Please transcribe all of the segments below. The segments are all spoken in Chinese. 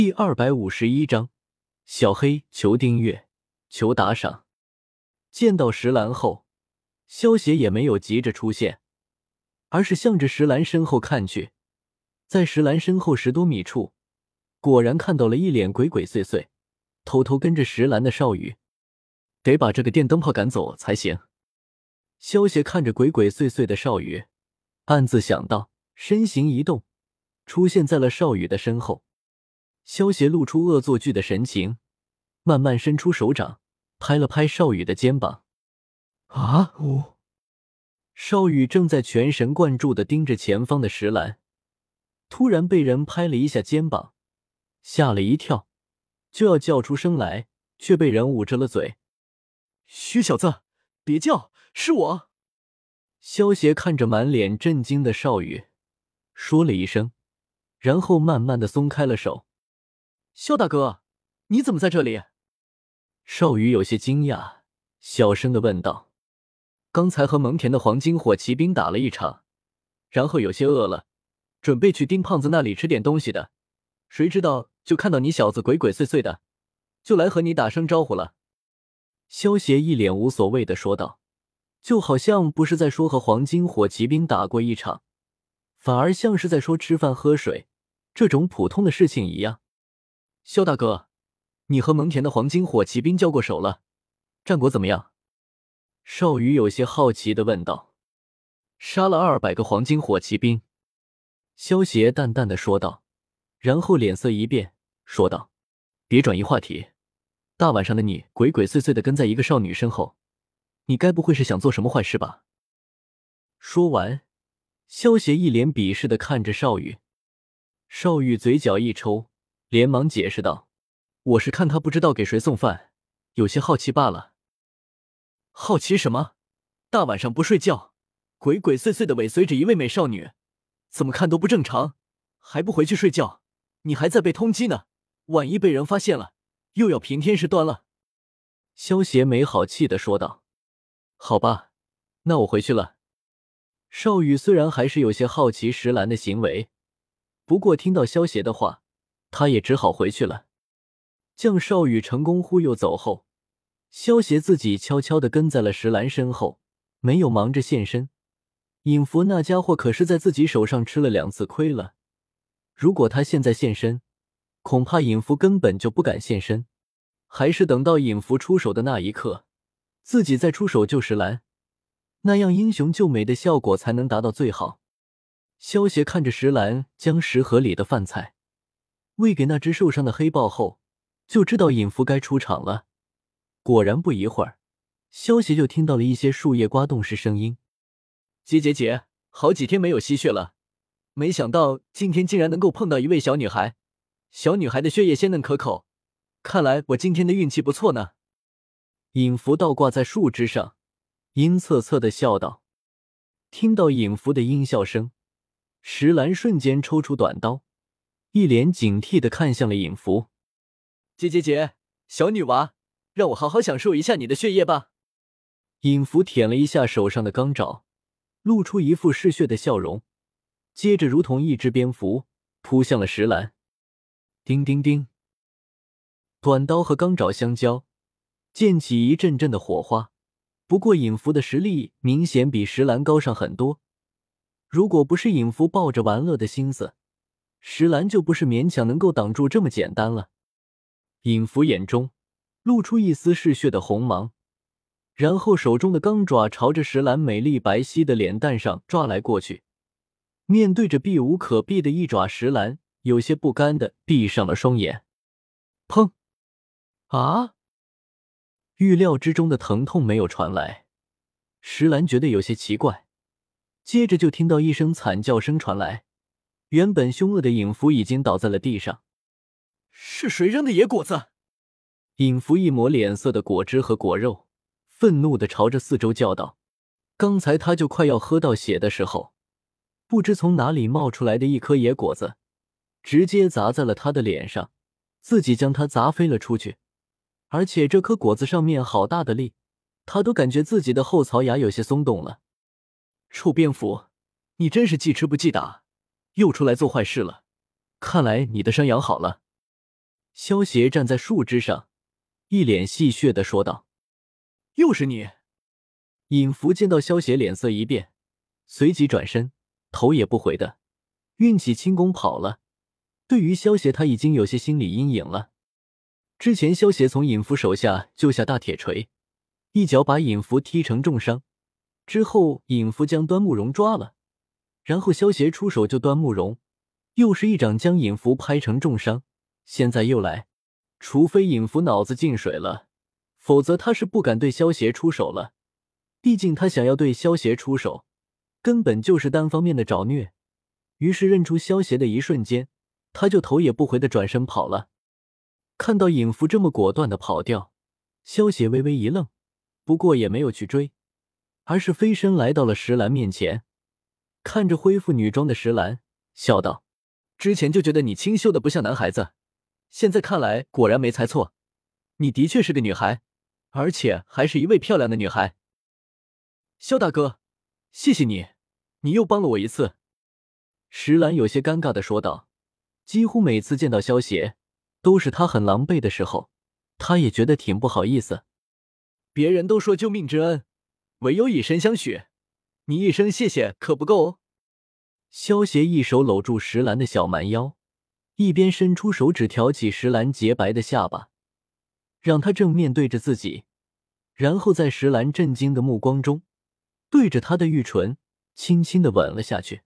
第251章，小黑求订阅，求打赏。见到石兰后，萧协也没有急着出现，而是向着石兰身后看去。在石兰身后10多米处，果然看到了一脸鬼鬼祟祟、偷偷跟着石兰的少羽。得把这个电灯泡赶走才行。萧协看着鬼鬼祟祟的少羽，暗自想到，身形一动，出现在了少羽的身后。萧协露出恶作剧的神情，慢慢伸出手掌，拍了拍少羽的肩膀。啊呜！少羽正在全神贯注地盯着前方的石兰，突然被人拍了一下肩膀，吓了一跳，就要叫出声来，却被人捂着了嘴。 虚小子，别叫，是我。 萧协看着满脸震惊的少羽，说了一声，然后慢慢地松开了手。 萧大哥，你怎么在这里？ 少羽有些惊讶，小声地问道。刚才和蒙恬的黄金火骑兵打了一场，然后有些饿了，准备去丁胖子那里吃点东西的，谁知道就看到你小子鬼鬼祟祟的，就来和你打声招呼了。萧协一脸无所谓地说道，就好像不是在说和黄金火骑兵打过一场，反而像是在说吃饭喝水这种普通的事情一样。萧大哥，你和蒙恬的黄金火骑兵交过手了，战果怎么样？少羽有些好奇地问道。杀了200个黄金火骑兵。萧协淡淡地说道，然后脸色一变，说道，别转移话题，大晚上的你鬼鬼祟祟地跟在一个少女身后，你该不会是想做什么坏事吧？说完，萧协一脸鄙视地看着少羽。少羽嘴角一抽，连忙解释道，我是看他不知道给谁送饭，有些好奇罢了。好奇什么？大晚上不睡觉，鬼鬼祟祟地尾随着一位美少女，怎么看都不正常，还不回去睡觉，你还在被通缉呢，万一被人发现了，又要平天事端了。萧协没好气地说道。好吧，那我回去了。少羽虽然还是有些好奇石兰的行为，不过听到萧协的话，他也只好回去了。将少羽成功忽悠走后，萧协自己悄悄地跟在了石兰身后，没有忙着现身。尹福那家伙可是在自己手上吃了2次亏了，如果他现在现身，恐怕尹福根本就不敢现身，还是等到尹福出手的那一刻，自己再出手救石兰，那样英雄救美的效果才能达到最好。萧协看着石兰将食盒里的饭菜喂给那只受伤的黑豹后，就知道尹福该出场了。果然不一会儿，萧协就听到了一些树叶刮动时声音。姐，好几天没有吸血了，没想到今天竟然能够碰到一位小女孩，小女孩的血液鲜嫩可口，看来我今天的运气不错呢。尹福倒挂在树枝上，阴恻恻地笑道。听到尹福的阴笑声，石兰瞬间抽出短刀，一脸警惕地看向了尹福。姐，小女娃，让我好好享受一下你的血液吧。尹福舔了一下手上的钢爪，露出一副嗜血的笑容，接着如同一只蝙蝠扑向了石兰。叮叮叮，短刀和钢爪相交，溅起一阵阵的火花。不过尹福的实力明显比石兰高上很多，如果不是尹福抱着玩乐的心思，石兰就不是勉强能够挡住这么简单了。尹福眼中露出一丝嗜血的红芒，然后手中的钢爪朝着石兰美丽白皙的脸蛋上抓来过去。面对着避无可避的一爪，石兰有些不甘地闭上了双眼。砰！啊！预料之中的疼痛没有传来，石兰觉得有些奇怪，接着就听到一声惨叫声传来，原本凶恶的尹福已经倒在了地上。 是谁扔的野果子？ 尹福一抹脸色的果汁和果肉，愤怒地朝着四周叫道。刚才他就快要喝到血的时候，不知从哪里冒出来的一颗野果子，直接砸在了他的脸上，自己将他砸飞了出去。而且这颗果子上面好大的力，他都感觉自己的后槽牙有些松动了。臭蝙蝠，你真是记吃不记打，又出来做坏事了。看来你的伤养好了。 萧协站在树枝上，一脸戏谑地说道：“ 又是你！” 尹福见到萧协脸色一变，随即转身，头也不回的运起轻功跑了。对于萧协，他已经有些心理阴影了。之前萧协从尹福手下救下大铁锤，一脚把尹福踢成重伤，之后尹福将端慕容抓了，然后萧协出手救端慕容，又是一掌将尹福拍成重伤，现在又来，除非尹福脑子进水了，否则他是不敢对萧协出手了。毕竟他想要对萧协出手，根本就是单方面的找虐。于是认出萧协的一瞬间，他就头也不回的转身跑了。看到尹福这么果断的跑掉，萧协微微一愣，不过也没有去追，而是飞身来到了石兰面前，看着恢复女装的石兰，笑道：“之前就觉得你清秀的不像男孩子，现在看来果然没猜错，你的确是个女孩，而且还是一位漂亮的女孩。”萧大哥，谢谢你，你又帮了我一次。石兰有些尴尬地说道，几乎每次见到萧协，都是他很狼狈的时候，他也觉得挺不好意思。别人都说救命之恩，唯有以身相许，你一声谢谢可不够哦。萧协一手搂住石兰的小蛮腰，一边伸出手指挑起石兰洁白的下巴，让她正面对着自己，然后在石兰震惊的目光中，对着她的玉唇轻轻地吻了下去。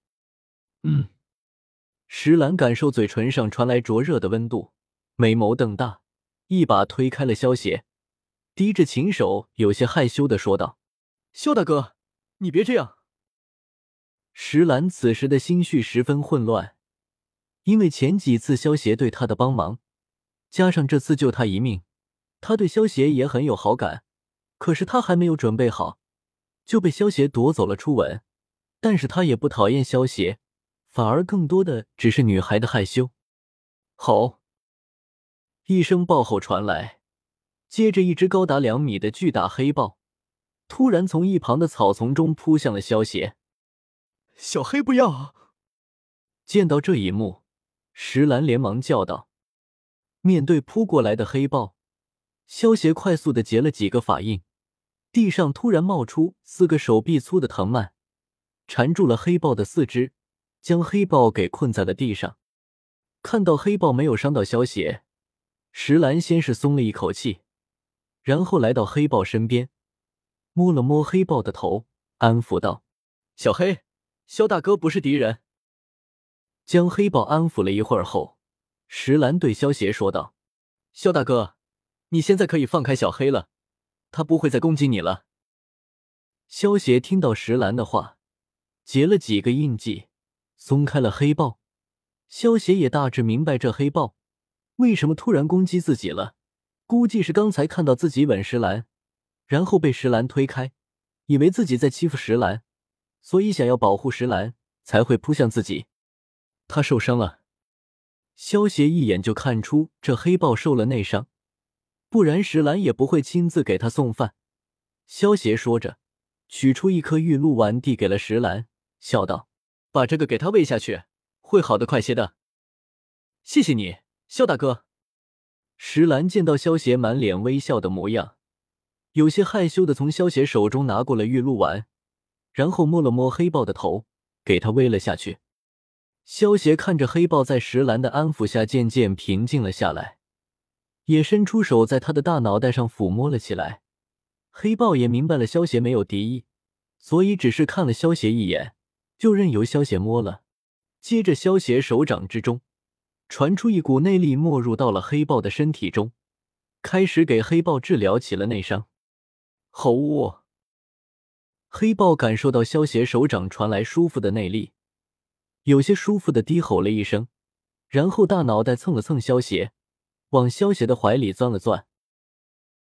石兰感受嘴唇上传来灼热的温度，眉眸瞪大，一把推开了萧协，低着琴手有些害羞地说道：“萧大哥，你别这样。”石兰此时的心绪十分混乱，因为前几次萧协对她的帮忙，加上这次救她一命，她对萧协也很有好感，可是她还没有准备好，就被萧协夺走了初吻。但是她也不讨厌萧协，反而更多的只是女孩的害羞。吼！一声豹吼传来，接着一只高达2米的巨大黑豹突然从一旁的草丛中扑向了萧协。 小黑不要！ 见到这一幕，石兰连忙叫道。面对扑过来的黑豹，萧协快速地结了几个法印，地上突然冒出4个手臂粗的藤蔓，缠住了黑豹的四肢，将黑豹给困在了地上。看到黑豹没有伤到萧协，石兰先是松了一口气，然后来到黑豹身边，摸了摸黑豹的头，安抚道：“小黑，萧大哥不是敌人。”将黑豹安抚了一会儿后，石兰对萧协说道：“萧大哥，你现在可以放开小黑了，他不会再攻击你了。”萧协听到石兰的话，结了几个印记，松开了黑豹。萧协也大致明白这黑豹为什么突然攻击自己了，估计是刚才看到自己吻石兰，然后被石兰推开，以为自己在欺负石兰，所以想要保护石兰，才会扑向自己。他受伤了。萧协一眼就看出这黑豹受了内伤，不然石兰也不会亲自给他送饭。萧协说着，取出一颗玉露丸递给了石兰，笑道：“把这个给他喂下去，会好得快些的。”谢谢你，萧大哥。石兰见到萧协满脸微笑的模样，有些害羞的从萧协手中拿过了玉露丸，然后摸了摸黑豹的头，给他喂了下去。萧协看着黑豹在石兰的安抚下渐渐平静了下来，也伸出手在他的大脑袋上抚摸了起来。黑豹也明白了萧协没有敌意，所以只是看了萧协一眼，就任由萧协摸了。接着萧协手掌之中传出一股内力，没入到了黑豹的身体中，开始给黑豹治疗起了内伤。吼呜！黑豹感受到萧协手掌传来舒服的内力，有些舒服的低吼了一声，然后大脑袋蹭了蹭萧协，往萧协的怀里钻了钻。